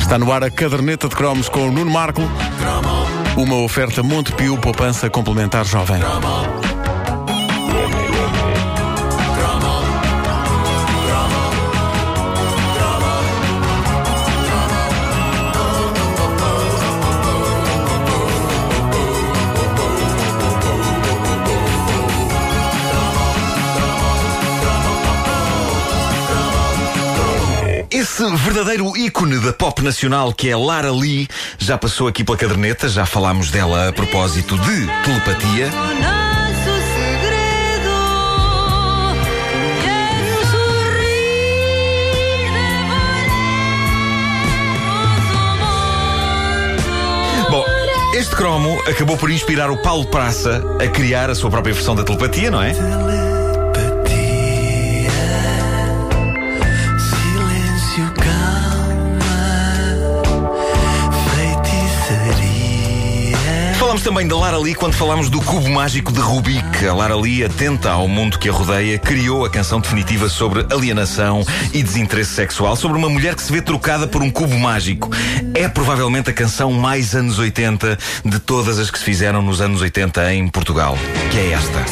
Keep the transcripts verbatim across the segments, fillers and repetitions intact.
Está no ar a caderneta de cromos com o Nuno Marco. Uma oferta Montepio, poupança complementar jovem. Esse verdadeiro ícone da pop nacional que é Lara Lee já passou aqui pela caderneta, já falámos dela a propósito de telepatia. Bom, este cromo acabou por inspirar o Paulo Praça a criar a sua própria versão da telepatia, não é? Falamos também da Lara Lee quando falámos do cubo mágico de Rubik. A Lara Lee, atenta ao mundo que a rodeia, criou a canção definitiva sobre alienação e desinteresse sexual, sobre uma mulher que se vê trocada por um cubo mágico. É provavelmente a canção mais anos oitenta de todas as que se fizeram nos anos oitenta em Portugal, que é esta.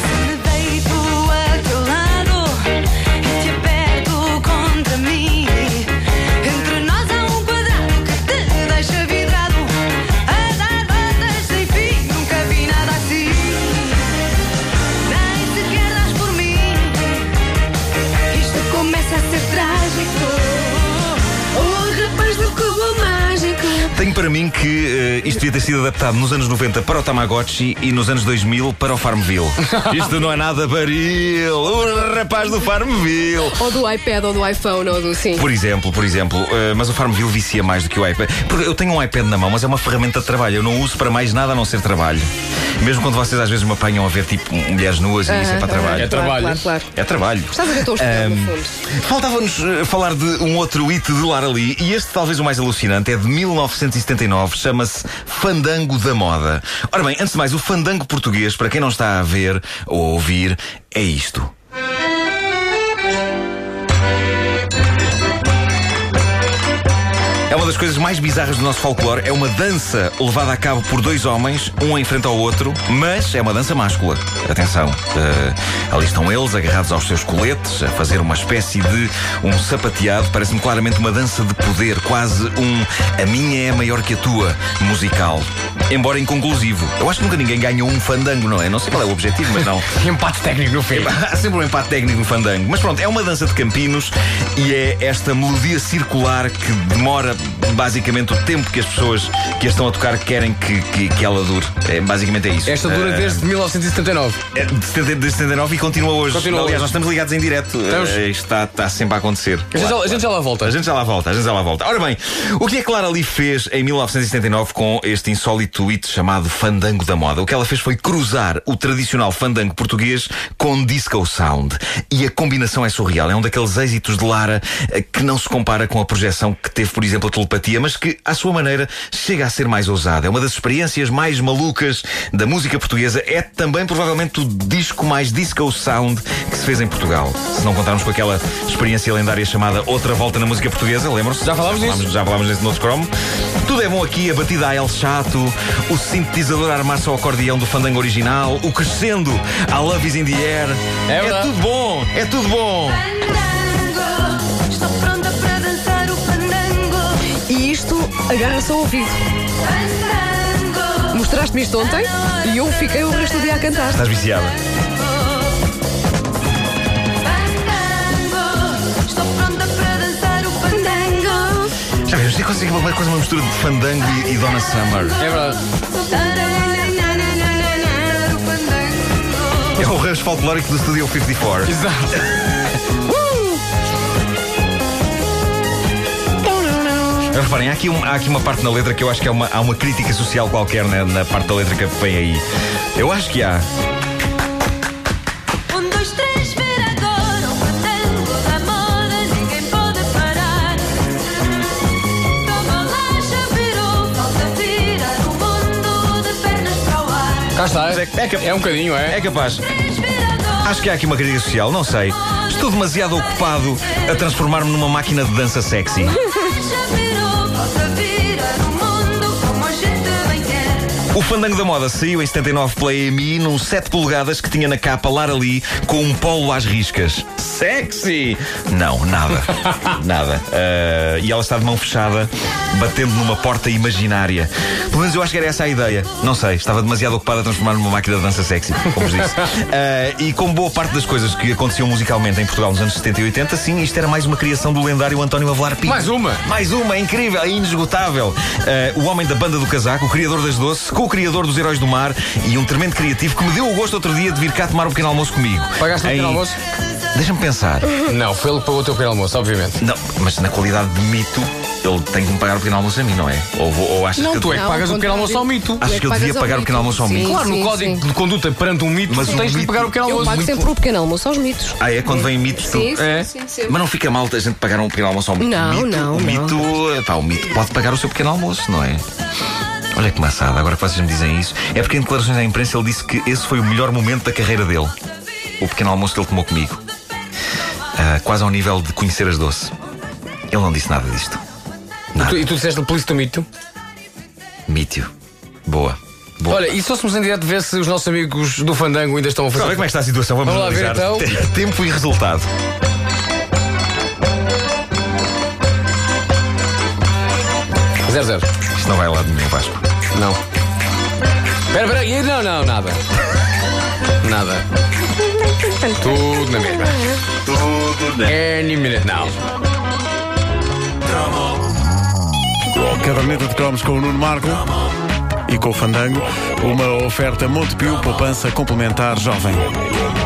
Tenho para mim que uh, isto devia ter sido adaptado nos anos noventa para o Tamagotchi e nos anos dois mil para o Farmville. Isto não é nada baril, o rapaz do Farmville. Ou do iPad, ou do iPhone, ou do sim. Por exemplo, por exemplo. Uh, mas o Farmville vicia mais do que o iPad. Porque eu tenho um iPad na mão, mas é uma ferramenta de trabalho. Eu não uso para mais nada a não ser trabalho. Mesmo quando vocês às vezes me apanham a ver tipo mulheres nuas e uh -huh, isso é para trabalho. É trabalho. Claro, claro. É trabalho. Estás a ver, estou a estudar, no fundo. Faltava-nos uh, falar de um outro hit de Lara Lee, e este talvez o mais alucinante, é de mil novecentos e setenta e nove, chama-se Fandango da Moda. Ora bem, antes de mais, o fandango português, para quem não está a ver ou a ouvir, é isto. É uma das coisas mais bizarras do nosso folclore. É uma dança levada a cabo por dois homens, um em frente ao outro, mas é uma dança máscula. Atenção, uh, ali estão eles, agarrados aos seus coletes, a fazer uma espécie de um sapateado. Parece-me claramente uma dança de poder, quase um a minha é maior que a tua musical. Embora inconclusivo. Eu acho que nunca ninguém ganhou um fandango, não é? Não sei qual é o objetivo, mas não. Empate técnico no fim. Há sempre um empate técnico no fandango. Mas pronto, é uma dança de Campinos e é esta melodia circular que demora basicamente o tempo que as pessoas que a estão a tocar querem que, que, que ela dure. É, basicamente é isso. Esta dura uh, desde mil novecentos e setenta e nove. É de setenta e nove e continua hoje. Continua Aliás, hoje. nós estamos ligados em direto. Uh, isto está, está sempre a acontecer. A gente, claro, a gente já lá volta. A gente já lá volta, a gente já lá volta. Ora bem, o que é que Lara Lee fez em mil novecentos e setenta e nove com este insólito hit chamado Fandango da Moda? O que ela fez foi cruzar o tradicional fandango português com disco sound. E a combinação é surreal. É um daqueles êxitos de Lara que não se compara com a projeção que teve, por exemplo, a telepatia, mas que, à sua maneira, chega a ser mais ousada. É uma das experiências mais malucas da música portuguesa. É também, provavelmente, o disco mais disco sound que se fez em Portugal. Se não contarmos com aquela experiência lendária chamada Outra Volta na Música Portuguesa, lembram-se? Já falámos disso. Já falámos nesse nosso cromo. Tudo é bom aqui, a batida a El Chato, o sintetizador a armar-se ao acordeão do fandango original, o crescendo a Love is in the Air. É, é tudo bom, é tudo bom. Fandango, estou pronta para dançar o fandango. E isto agarra-se ao ouvido. Fandango. Mostraste-me isto ontem e eu fiquei o resto do dia a cantar. Estás viciada. Já vês, eu consigo uma coisa, uma mistura de fandango e, e Donna Summer. É verdade. É o rancho folclórico do Studio cinquenta e quatro. Exato. uh! Mas reparem, há aqui, um, há aqui uma parte na letra que eu acho que é uma, há uma crítica social qualquer na, na parte da letra que vem aí. Eu acho que há. Um, dois, três, ver agora o fandango da moda, ninguém pode parar. Toma laxa, virou, falta tirar o mundo de pernas para o ar. Cá está. É, é, cap- é um bocadinho, é? É capaz. Acho que há aqui uma crítica social, não sei. Estou demasiado ocupado a transformar-me numa máquina de dança sexy. Laxa, virou, possa virar o mundo como a gente bem quer. O Fandango da Moda saiu em setenta e nove pela A M I num sete polegadas que tinha na capa Lara Lee com um polo às riscas. Sexy! Não, nada. Nada. Uh, e ela está de mão fechada, batendo numa porta imaginária. Pelo menos eu acho que era essa a ideia. Não sei, estava demasiado ocupada a transformar numa máquina de dança sexy, como vos disse. Uh, e como boa parte das coisas que aconteciam musicalmente em Portugal nos anos setenta e oitenta, sim, isto era mais uma criação do lendário António Avelar Pinto. Mais uma! Mais uma, incrível, é inesgotável. Uh, o homem da banda do casaco, o criador das doces, co-criador dos Heróis do Mar e um tremendo criativo que me deu o gosto outro dia de vir cá tomar um pequeno almoço comigo. Pagaste o Em- pequeno almoço? Deixa-me pensar. Não, foi ele que pagou o teu pequeno almoço, obviamente. Não, mas na qualidade de mito, ele tem que me pagar o pequeno almoço a mim, não é? Ou, vou- ou achas Não, que tu é que Não, pagas o ao pequeno almoço ao contrário. mito. Acho é que eu que devia pagas ao pagar o pequeno almoço ao mito. mito. Sim. Claro, no código de conduta perante um mito, Mas tu o tens de mito- pagar o pequeno Eu almoço. pago sempre o pequeno almoço aos mitos. Ah, é? Quando vem mitos, tu... Sim, sim, É? sim, sempre. Mas não fica mal a gente pagar um pequeno almoço ao mito. Não, o mito, não, o não. mito, pá, o mito pode pagar o seu pequeno almoço, não é? Olha que maçada, agora que vocês me dizem isso. É porque em declarações à imprensa ele disse que esse foi o melhor momento da carreira dele. O pequeno almoço que ele tomou comigo. Ah, quase ao nível de conhecer as doce. Ele não disse nada disto. E tu, e tu disseste por isso do mito? Mítio. Boa. Boa. Olha, e se fôssemos em direto ver se os nossos amigos do Fandango ainda estão a Vamos ver fazer. como é que está a situação. Vamos, Vamos lá ver, analisar. então. Tempo e resultado. Zero, zero. Isto não vai lá de nenhum, Vasco. Não. Espera, espera. e- Não, não, nada. Nada. Tudo na mesma. Tudo, né? Any minute now. Caderneta de cromos com o Nuno Marco e com o Fandango. Uma oferta Montepio, poupança complementar jovem.